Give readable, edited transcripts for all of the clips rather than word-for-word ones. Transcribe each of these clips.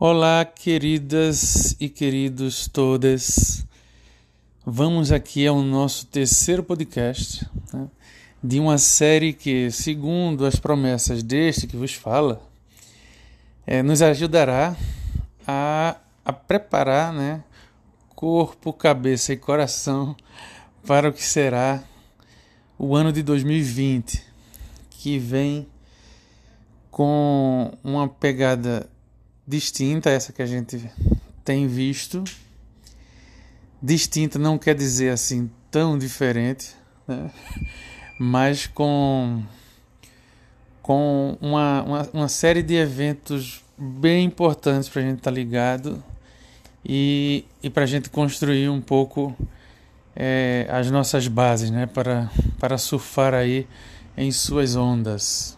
Olá, queridas e queridos todas. Vamos aqui ao nosso terceiro podcast, né, de uma série que, segundo as promessas deste que vos fala, nos ajudará a preparar, né, corpo, cabeça e coração para o que será o ano de 2020, que vem com uma pegada distinta a essa que a gente tem visto. Distinta não quer dizer assim tão diferente, né? Mas com uma série de eventos bem importantes para a gente estar ligado e para a gente construir um pouco as nossas bases, né? Para surfar aí em suas ondas.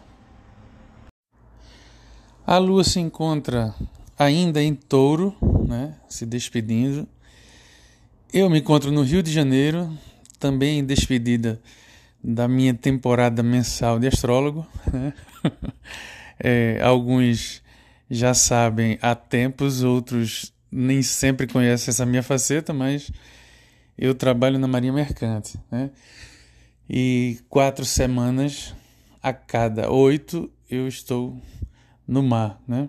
A Lua se encontra ainda em Touro, né, se despedindo. Eu me encontro no Rio de Janeiro, também em despedida da minha temporada mensal de astrólogo, né? Alguns já sabem há tempos, outros nem sempre conhecem essa minha faceta, mas eu trabalho na Marinha Mercante, né? E 4 semanas a cada 8 eu estou no mar, né?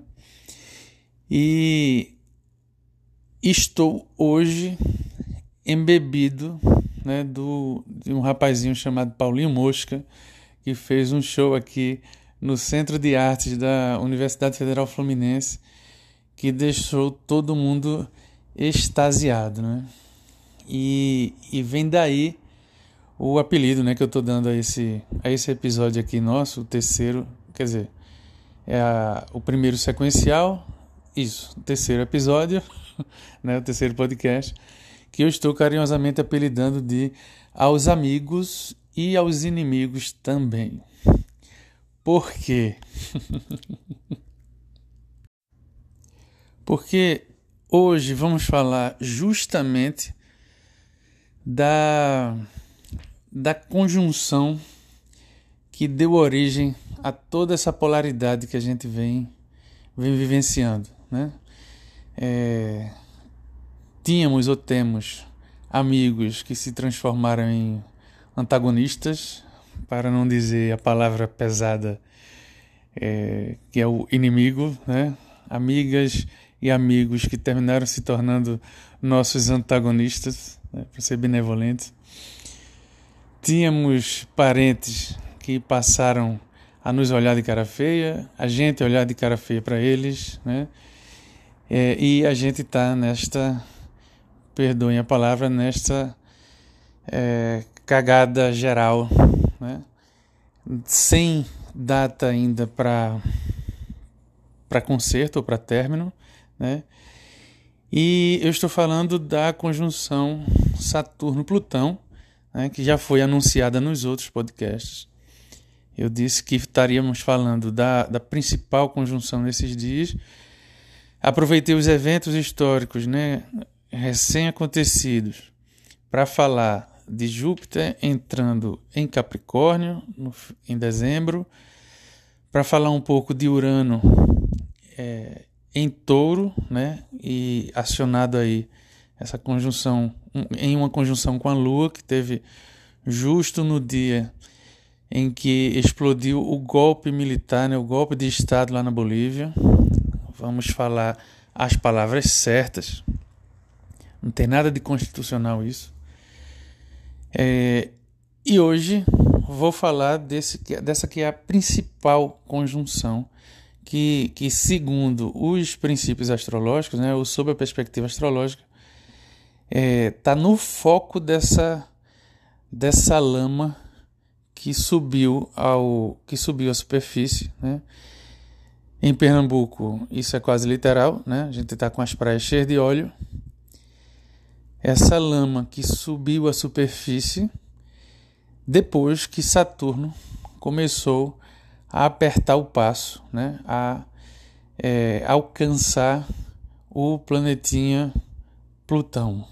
E estou hoje embebido, né, de um rapazinho chamado Paulinho Mosca, que fez um show aqui no Centro de Artes da Universidade Federal Fluminense, que deixou todo mundo extasiado, né? E vem daí o apelido, né, que eu estou dando a esse episódio aqui nosso, o terceiro, quer dizer, o primeiro sequencial, o terceiro episódio, né, o terceiro podcast, que eu estou carinhosamente apelidando de Aos Amigos e aos Inimigos também. Por quê? Porque hoje vamos falar justamente da conjunção que deu origem a toda essa polaridade que a gente vem vivenciando, né? Tínhamos ou temos amigos que se transformaram em antagonistas, para não dizer a palavra pesada, que é o inimigo, né? Amigas e amigos que terminaram se tornando nossos antagonistas, né? Para ser benevolente. Tínhamos parentes que passaram a nos olhar de cara feia, a gente olhar de cara feia para eles, né? E a gente está perdoem a palavra, nesta cagada geral, né? Sem data ainda para conserto ou para término, né? E eu estou falando da conjunção Saturno-Plutão, né, que já foi anunciada nos outros podcasts. Eu disse que estaríamos falando da principal conjunção nesses dias. Aproveitei os eventos históricos, né, recém-acontecidos para falar de Júpiter entrando em Capricórnio em dezembro, para falar um pouco de Urano em Touro, né, e acionado aí essa conjunção em uma conjunção com a Lua, que teve justo no dia em que explodiu o golpe militar, né, o golpe de Estado lá na Bolívia. Vamos falar as palavras certas. Não tem nada de constitucional isso. E hoje vou falar dessa que é a principal conjunção que segundo os princípios astrológicos, né, ou sob a perspectiva astrológica, está no foco dessa lama que subiu à superfície, né? Em Pernambuco isso é quase literal, né? A gente está com as praias cheias de óleo. Essa lama que subiu à superfície depois que Saturno começou a apertar o passo, né? A alcançar o planetinha Plutão.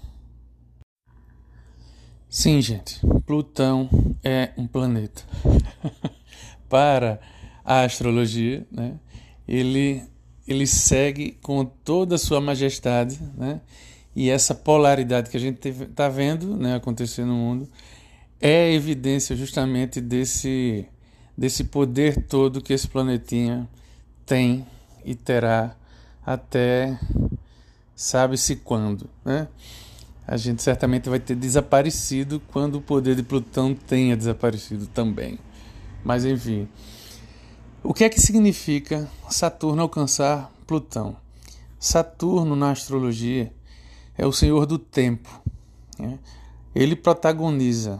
Sim, gente, Plutão é um planeta. Para a astrologia, né, ele ele segue com toda a sua majestade, né? E essa polaridade que a gente está vendo, né, acontecer no mundo é evidência justamente desse poder todo que esse planetinha tem e terá até sabe-se quando, né? A gente certamente vai ter desaparecido quando o poder de Plutão tenha desaparecido também. Mas enfim, o que é que significa Saturno alcançar Plutão? Saturno, na astrologia, é o senhor do tempo, né? Ele protagoniza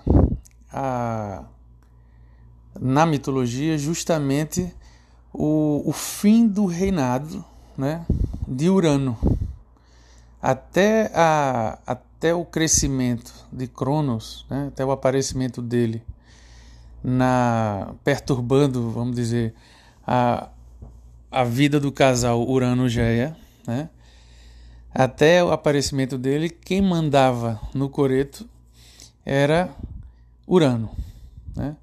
na mitologia justamente o fim do reinado, né, de Urano. Até o crescimento de Cronos, né, até o aparecimento dele perturbando, vamos dizer, a vida do casal Urano-Geia, né? Até o aparecimento dele, quem mandava no coreto era Urano, né?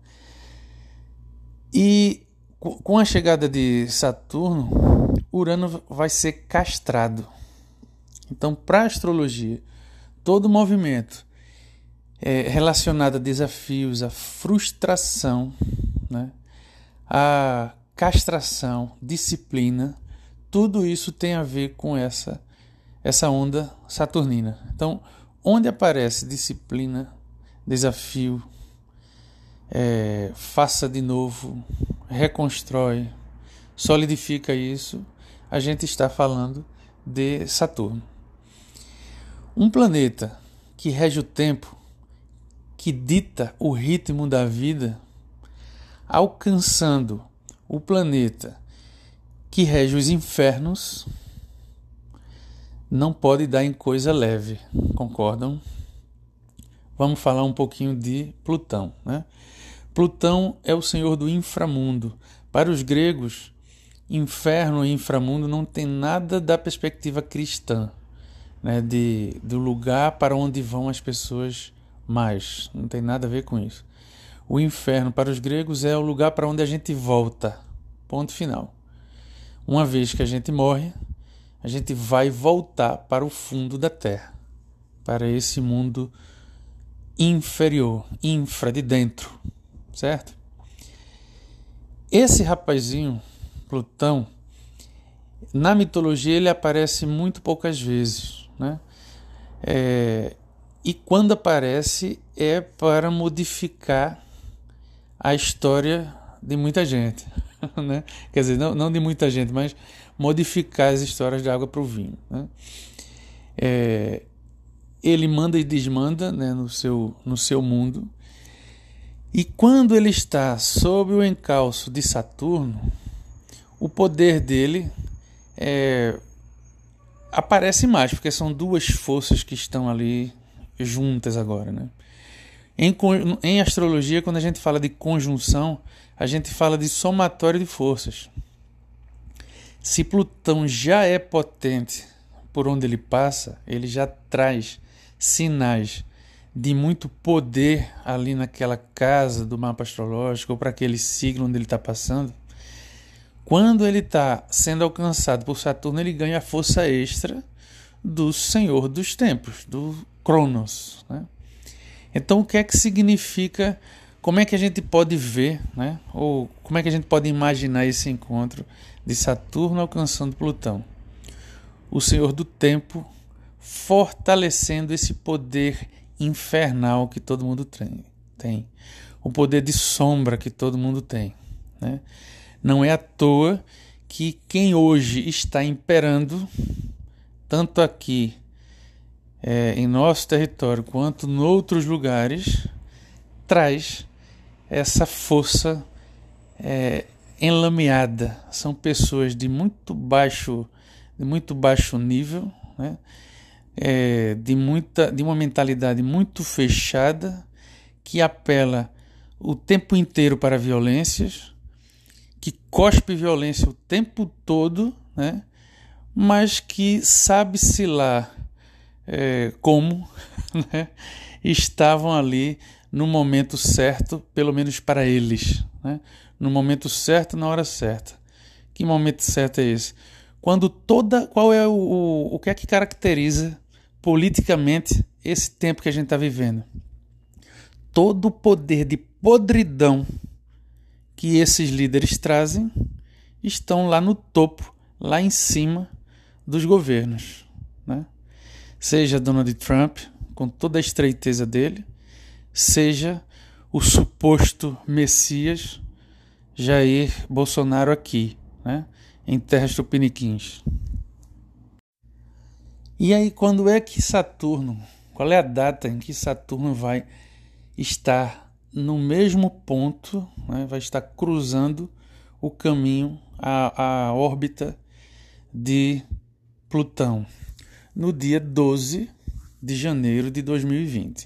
E com a chegada de Saturno, Urano vai ser castrado. Então, para a astrologia, todo movimento relacionado a desafios, a frustração, né, a castração, disciplina, tudo isso tem a ver com essa onda saturnina. Então, onde aparece disciplina, desafio, faça de novo, reconstrói, solidifica isso, a gente está falando de Saturno. Um planeta que rege o tempo, que dita o ritmo da vida, alcançando o planeta que rege os infernos, não pode dar em coisa leve, concordam? Vamos falar um pouquinho de Plutão, né? Plutão é o senhor do inframundo. Para os gregos, inferno e inframundo não tem nada da perspectiva cristã, né? Do lugar para onde vão as pessoas mais. Não tem nada a ver com isso. O inferno para os gregos é o lugar para onde a gente volta. Ponto final. Uma vez que a gente morre, a gente vai voltar para o fundo da Terra, para esse mundo inferior, infra, de dentro, certo? Esse rapazinho, Plutão, na mitologia ele aparece muito poucas vezes, né? E quando aparece é para modificar a história de muita gente, né? Quer dizer, não de muita gente, mas modificar as histórias de água para o vinho, né? Ele manda e desmanda, né, no seu mundo. E quando ele está sob o encalço de Saturno, o poder dele aparece mais, porque são duas forças que estão ali juntas agora, né? Em astrologia, quando a gente fala de conjunção, a gente fala de somatório de forças. Se Plutão já é potente por onde ele passa, ele já traz sinais de muito poder ali naquela casa do mapa astrológico ou para aquele signo onde ele está passando. Quando ele está sendo alcançado por Saturno, ele ganha a força extra do Senhor dos Tempos, do Cronos, né? Então, o que é que significa? Como é que a gente pode ver, né? Ou como é que a gente pode imaginar esse encontro de Saturno alcançando Plutão? O Senhor do Tempo fortalecendo esse poder infernal que todo mundo tem. O poder de sombra que todo mundo tem, né? Não é à toa que quem hoje está imperando, tanto aqui em nosso território quanto em outros lugares, traz essa força enlameada. São pessoas de muito baixo nível, né? De uma mentalidade muito fechada, que apela o tempo inteiro para violências, que cospe violência o tempo todo, né? Mas que sabe-se lá como, né? Estavam ali no momento certo, pelo menos para eles, né? No momento certo, na hora certa. Que momento certo é esse? Qual é o que é que caracteriza politicamente esse tempo que a gente está vivendo? Todo o poder de podridão que esses líderes trazem estão lá no topo, lá em cima dos governos, né? Seja Donald Trump, com toda a estreiteza dele, seja o suposto Messias Jair Bolsonaro aqui, né? Em terras tupiniquins. E aí, quando é que Saturno, qual é a data em que Saturno vai estar no mesmo ponto, né? Vai estar cruzando o caminho, a órbita de Plutão? No dia 12 de janeiro de 2020.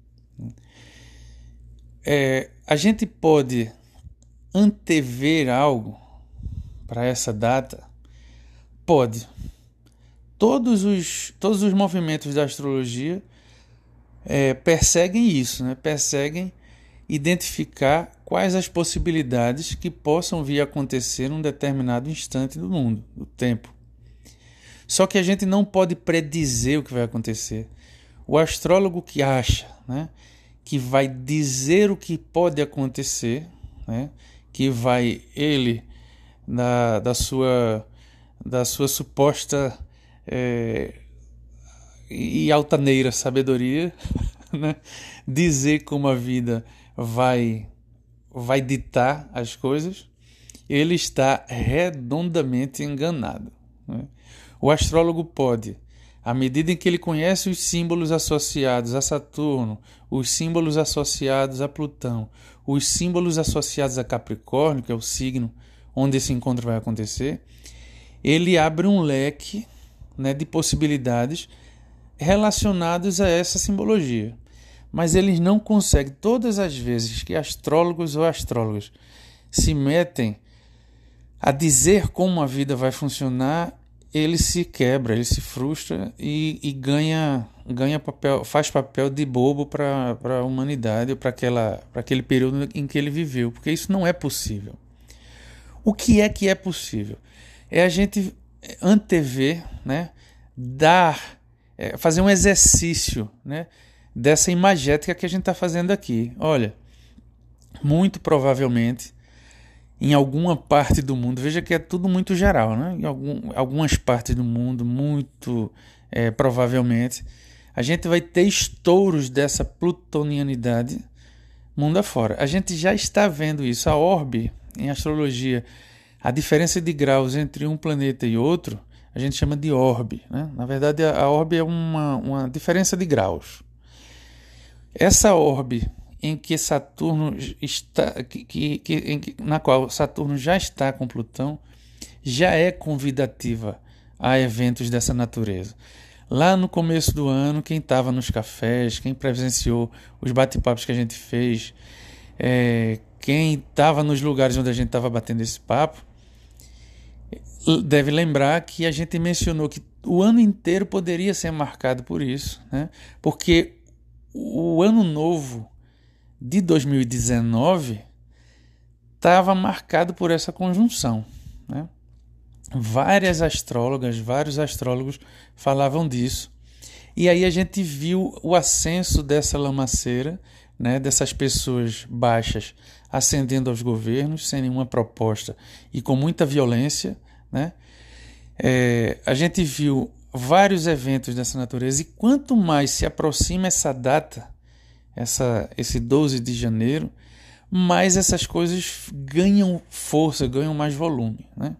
A gente pode antever algo para essa data? Pode. Todos os movimentos da astrologia perseguem isso, né? Perseguem identificar quais as possibilidades que possam vir a acontecer num determinado instante do mundo, do tempo. Só que a gente não pode predizer o que vai acontecer. O astrólogo que acha, né, que vai dizer o que pode acontecer, né, que vai ele da sua suposta e altaneira sabedoria, né, dizer como a vida vai ditar as coisas, ele está redondamente enganado, né? O astrólogo pode, à medida em que ele conhece os símbolos associados a Saturno, os símbolos associados a Plutão, os símbolos associados a Capricórnio, que é o signo onde esse encontro vai acontecer, ele abre um leque, né, de possibilidades relacionadas a essa simbologia. Mas eles não conseguem, todas as vezes que astrólogos ou astrólogas se metem a dizer como a vida vai funcionar, ele se quebra, ele se frustra e ganha papel, faz papel de bobo para a humanidade, para aquele período em que ele viveu, porque isso não é possível. O que é possível? É a gente antever, né, fazer um exercício, né, dessa imagética que a gente está fazendo aqui. Olha, muito provavelmente em alguma parte do mundo, veja que é tudo muito geral, né? Em algumas partes do mundo, muito provavelmente, a gente vai ter estouros dessa plutonianidade mundo afora. A gente já está vendo isso. A orbe, em astrologia, a diferença de graus entre um planeta e outro, a gente chama de orbe, né? Na verdade, a orbe é uma diferença de graus. Essa orbe em que Saturno está, na qual Saturno já está com Plutão, já é convidativa a eventos dessa natureza. Lá no começo do ano, quem estava nos cafés, quem presenciou os bate-papos que a gente fez, quem estava nos lugares onde a gente estava batendo esse papo, deve lembrar que a gente mencionou que o ano inteiro poderia ser marcado por isso, né? Porque o ano novo de 2019 estava marcado por essa conjunção, né? Várias astrólogas, vários astrólogos falavam disso. E aí a gente viu o ascenso dessa lamaceira, né, dessas pessoas baixas ascendendo aos governos sem nenhuma proposta e com muita violência, né? A gente viu vários eventos dessa natureza, e quanto mais se aproxima essa data, esse 12 de janeiro, mais essas coisas ganham força, ganham mais volume, né?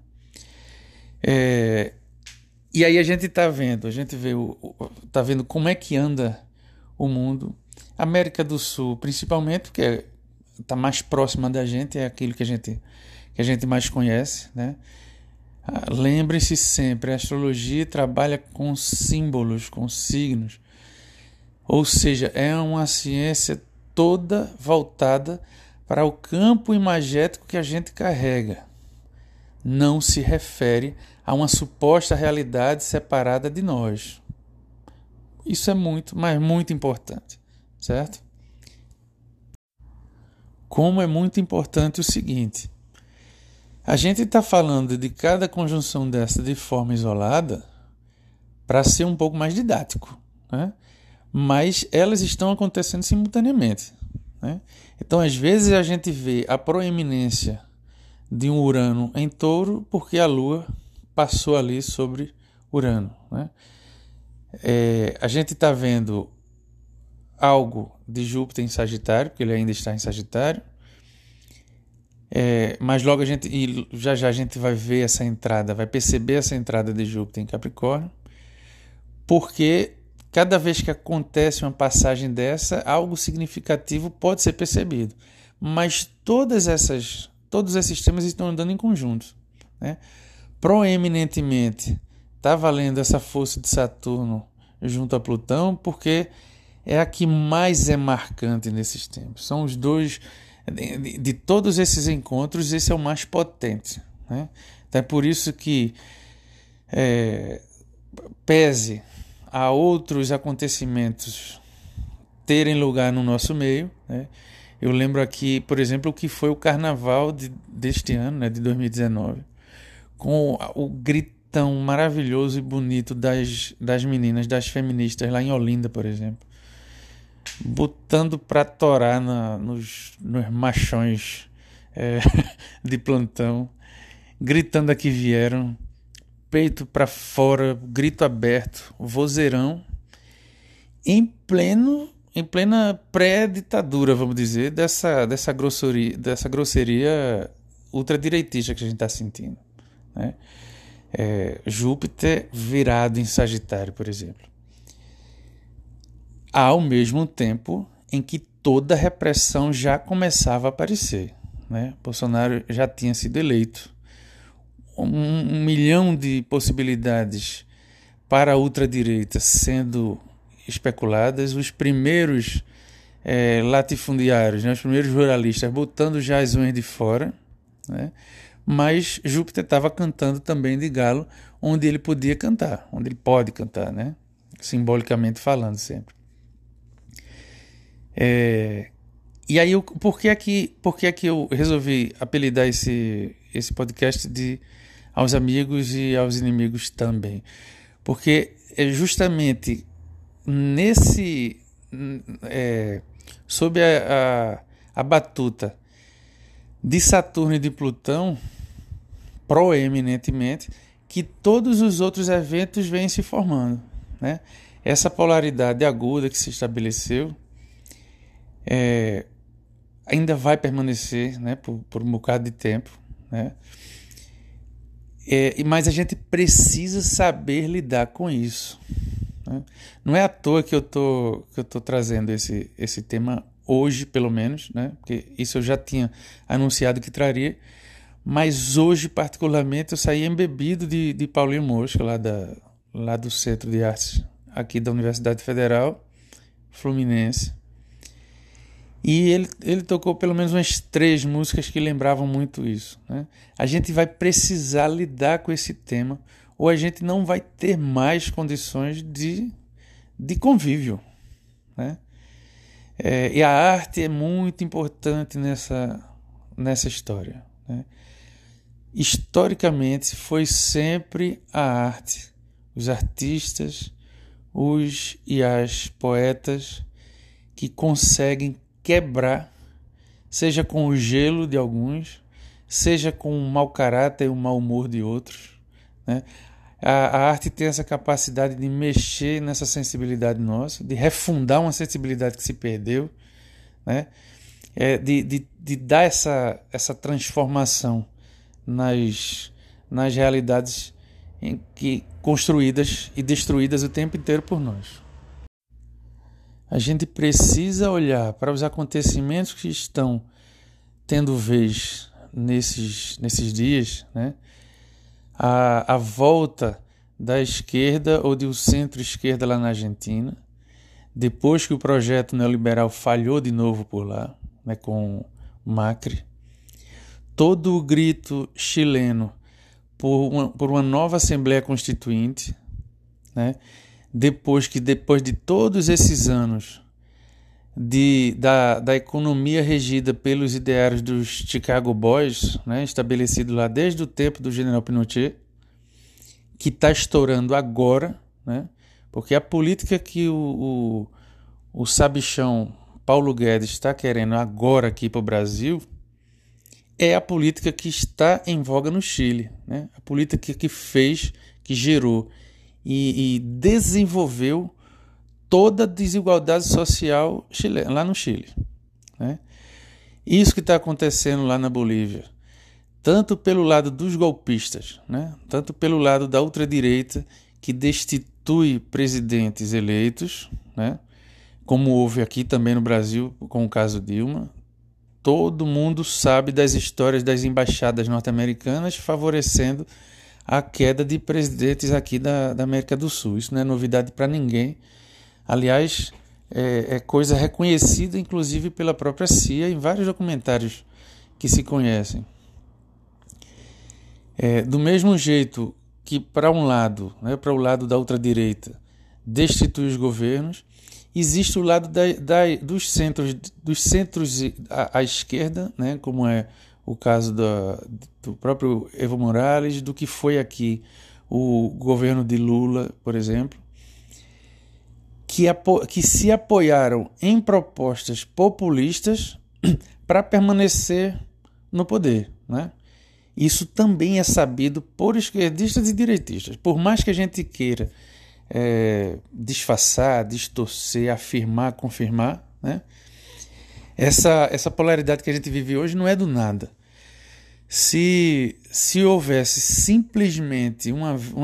E aí a gente está vendo, tá vendo como é que anda o mundo. América do Sul, principalmente, porque está mais próxima da gente, é aquilo que a gente mais conhece, né? Lembre-se sempre, a astrologia trabalha com símbolos, com signos. Ou seja, é uma ciência toda voltada para o campo imagético que a gente carrega. Não se refere a uma suposta realidade separada de nós. Isso é muito, mas muito importante, certo? Como é muito importante o seguinte: A gente está falando de cada conjunção dessa de forma isolada para ser um pouco mais didático, né? Mas elas estão acontecendo simultaneamente, né? Então, às vezes, a gente vê a proeminência de um Urano em Touro porque a Lua passou ali sobre Urano, né? A gente está vendo algo de Júpiter em Sagitário, porque ele ainda está em Sagitário, mas logo já a gente vai ver essa entrada, vai perceber essa entrada de Júpiter em Capricórnio, porque cada vez que acontece uma passagem dessa, algo significativo pode ser percebido. Mas todos esses temas estão andando em conjunto, né? Proeminentemente está valendo essa força de Saturno junto a Plutão, porque é a que mais é marcante nesses tempos. São os dois, de todos esses encontros, esse é o mais potente, né? Então é por isso que, pese a outros acontecimentos terem lugar no nosso meio, né? Eu lembro aqui, por exemplo, o que foi o carnaval deste ano, né, de 2019, com o gritão maravilhoso e bonito das meninas, das feministas lá em Olinda, por exemplo, botando pra torar nos machões de plantão, gritando a que vieram, peito para fora, grito aberto, vozeirão, em plena pré-ditadura, vamos dizer, dessa grosseria ultradireitista que a gente está sentindo, né? Júpiter virado em Sagitário, por exemplo. Ao mesmo tempo em que toda a repressão já começava a aparecer, né? Bolsonaro já tinha sido eleito. Um milhão de possibilidades para a ultradireita sendo especuladas, os primeiros latifundiários, né, os primeiros ruralistas botando já as unhas de fora, né? Mas Júpiter estava cantando também de galo onde ele podia cantar, onde ele pode cantar, né? Simbolicamente falando sempre. E aí, por que é que eu resolvi apelidar esse podcast de Aos Amigos e aos Inimigos também? Porque é justamente sob a batuta de Saturno e de Plutão, proeminentemente, que todos os outros eventos vêm se formando, né? Essa polaridade aguda que se estabeleceu ainda vai permanecer, né, por um bocado de tempo, né? Mas a gente precisa saber lidar com isso, né? Não é à toa que eu tô trazendo esse tema hoje, pelo menos, né? Porque isso eu já tinha anunciado que traria, mas hoje particularmente eu saí embebido de Paulinho Mosca, lá do Centro de Artes aqui da Universidade Federal Fluminense. E ele tocou pelo menos umas 3 músicas que lembravam muito isso, né? A gente vai precisar lidar com esse tema, ou a gente não vai ter mais condições de convívio, né? E a arte é muito importante nessa história, né? Historicamente foi sempre a arte, os artistas, os e as poetas que conseguem quebrar, seja com o gelo de alguns, seja com o mau caráter e o mau humor de outros, né? A arte tem essa capacidade de mexer nessa sensibilidade nossa, de refundar uma sensibilidade que se perdeu, né? De dar essa transformação nas realidades construídas e destruídas o tempo inteiro por nós. A gente precisa olhar para os acontecimentos que estão tendo vez nesses dias, né? A volta da esquerda ou do centro-esquerda lá na Argentina, depois que o projeto neoliberal falhou de novo por lá, né, com Macri. Todo o grito chileno por uma nova Assembleia Constituinte, né? Depois de todos esses anos da economia regida pelos ideários dos Chicago Boys, né, estabelecido lá desde o tempo do general Pinochet, que está estourando agora, né, porque a política que o sabichão Paulo Guedes está querendo agora aqui para o Brasil é a política que está em voga no Chile, né, a política que fez, que gerou e desenvolveu toda a desigualdade social lá no Chile, né? Isso que está acontecendo lá na Bolívia, tanto pelo lado dos golpistas, né? Tanto pelo lado da ultradireita, que destitui presidentes eleitos, né? Como houve aqui também no Brasil com o caso Dilma. Todo mundo sabe das histórias das embaixadas norte-americanas favorecendo a queda de presidentes aqui da América do Sul. Isso não é novidade para ninguém. Aliás, é coisa reconhecida, inclusive, pela própria CIA em vários documentários que se conhecem. Do mesmo jeito que, para um lado, né, para o lado da ultradireita, destitui os governos, existe o lado dos centros à esquerda, né, como é o caso do próprio Evo Morales, do que foi aqui o governo de Lula, por exemplo, que se apoiaram em propostas populistas para permanecer no poder, né? Isso também é sabido por esquerdistas e direitistas. Por mais que a gente queira disfarçar, distorcer, afirmar, confirmar, né? Essa polaridade que a gente vive hoje não é do nada. Se houvesse simplesmente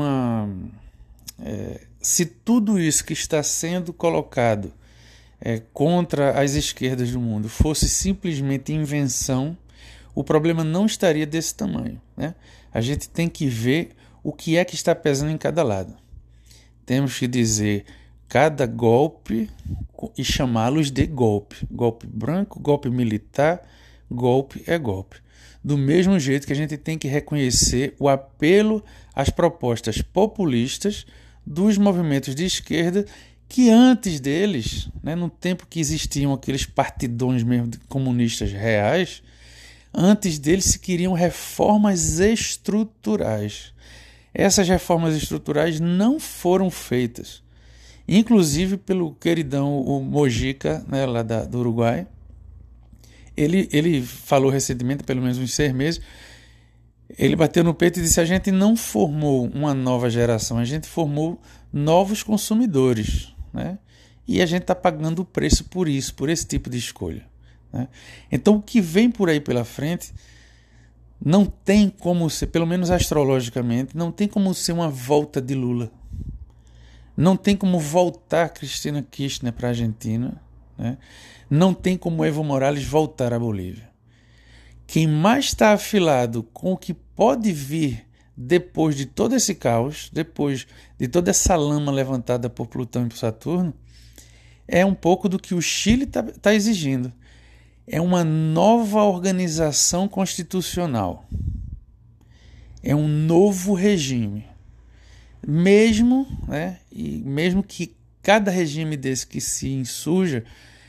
se tudo isso que está sendo colocado contra as esquerdas do mundo fosse simplesmente invenção, o problema não estaria desse tamanho, né? A gente tem que ver o que é que está pesando em cada lado. Temos que dizer cada golpe e chamá-los de golpe. Golpe branco, golpe militar, golpe é golpe. Do mesmo jeito que a gente tem que reconhecer o apelo às propostas populistas dos movimentos de esquerda que antes deles, né, no tempo que existiam aqueles partidões mesmo comunistas reais, antes deles se queriam reformas estruturais. Essas reformas estruturais não foram feitas, inclusive pelo queridão o Mojica, né, lá do Uruguai. Ele falou recentemente, pelo menos uns 6 meses, ele bateu no peito e disse: a gente não formou uma nova geração, a gente formou novos consumidores, né? E a gente está pagando o preço por isso, por esse tipo de escolha, né? Então o que vem por aí pela frente não tem como ser, pelo menos astrologicamente, não tem como ser uma volta de Lula. Não tem como voltar Cristina Kirchner para a Argentina, né? Não tem como Evo Morales voltar à Bolívia. Quem mais está afilado com o que pode vir depois de todo esse caos, depois de toda essa lama levantada por Plutão e por Saturno, é um pouco do que o Chile está exigindo. É uma nova organização constitucional. É um novo regime. Mesmo que cada regime desse que se insurja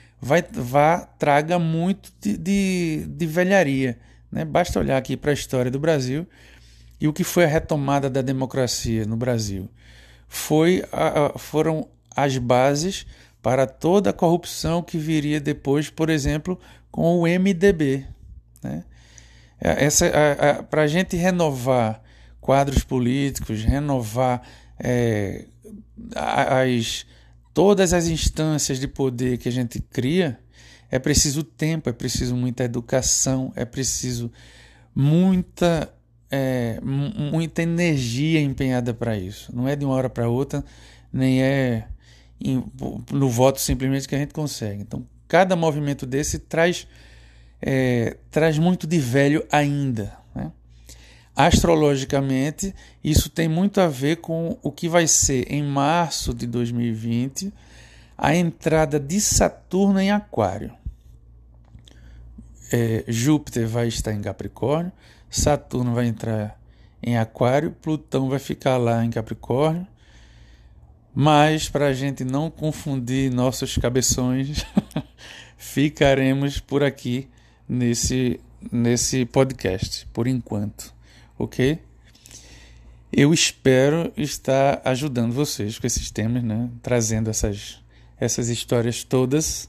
traga muito de velharia, né? Basta olhar aqui para a história do Brasil e o que foi a retomada da democracia no Brasil. Foram as bases para toda a corrupção que viria depois, por exemplo, com o MDB, né? Para a gente renovar quadros políticos, renovar todas as instâncias de poder que a gente cria, é preciso tempo, é preciso muita educação, é preciso muita energia empenhada para isso. Não é de uma hora para outra, nem é no voto simplesmente que a gente consegue. Então, cada movimento desse traz muito de velho ainda, né? Astrologicamente, isso tem muito a ver com o que vai ser, em março de 2020, a entrada de Saturno em Aquário. Júpiter vai estar em Capricórnio, Saturno vai entrar em Aquário, Plutão vai ficar lá em Capricórnio. Mas, para a gente não confundir nossos cabeções, ficaremos por aqui nesse podcast, por enquanto, ok? Eu espero estar ajudando vocês com esses temas, né? Trazendo essas histórias todas.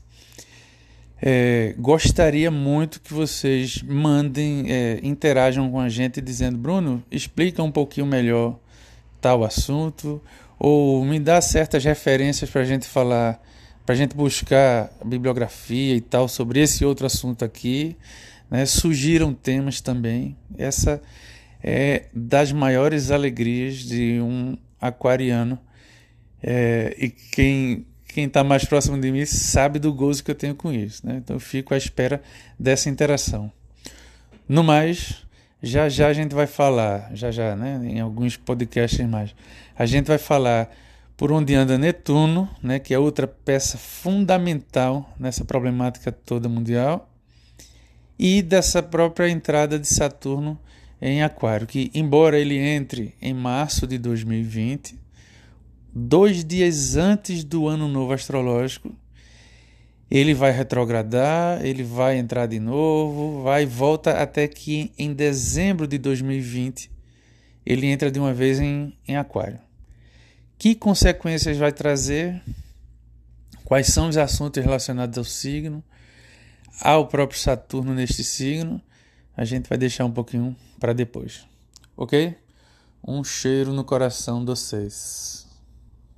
Gostaria muito que vocês mandem, interajam com a gente dizendo: Bruno, explica um pouquinho melhor tal assunto, ou me dá certas referências para a gente falar, para a gente buscar bibliografia e tal sobre esse outro assunto aqui, né? Sugiram temas também. Essa é das maiores alegrias de um aquariano, e quem está mais próximo de mim sabe do gozo que eu tenho com isso, né? Então eu fico à espera dessa interação. No mais, já a gente vai falar, né, em alguns podcasts mais, a gente vai falar por onde anda Netuno, né, que é outra peça fundamental nessa problemática toda mundial, e dessa própria entrada de Saturno em Aquário, que embora ele entre em março de 2020, 2 dias antes do ano novo astrológico, ele vai retrogradar, ele vai entrar de novo, vai e volta até que em dezembro de 2020 ele entra de uma vez em Aquário. Que consequências vai trazer? Quais são os assuntos relacionados ao signo, ao próprio Saturno neste signo? A gente vai deixar um pouquinho para depois, ok? Um cheiro no coração de vocês.